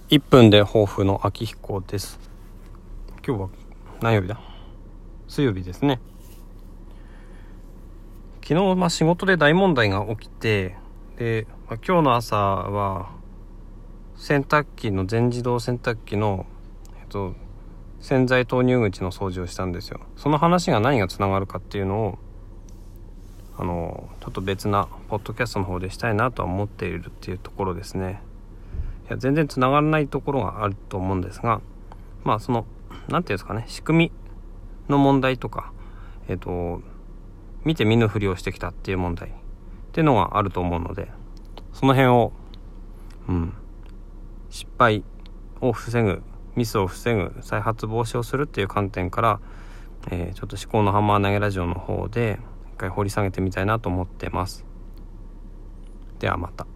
1分で抱負の秋彦です。今日は何曜日だ？水曜日ですね。昨日、仕事で大問題が起きて、で、今日の朝は洗濯機の全自動洗濯機の、洗剤投入口の掃除をしたんですよ。その話が何がつながるかっていうのをちょっと別なポッドキャストの方でしたいなとは思っているっていうところですね。いや全然つながらないところがあると思うんですが、なんていうんですかね、仕組みの問題とか、見て見ぬふりをしてきたっていう問題っていうのがあると思うので、その辺を、失敗を防ぐ、ミスを防ぐ、再発防止をするっていう観点から、ちょっと思考のハンマー投げラジオの方で一回掘り下げてみたいなと思ってます。ではまた。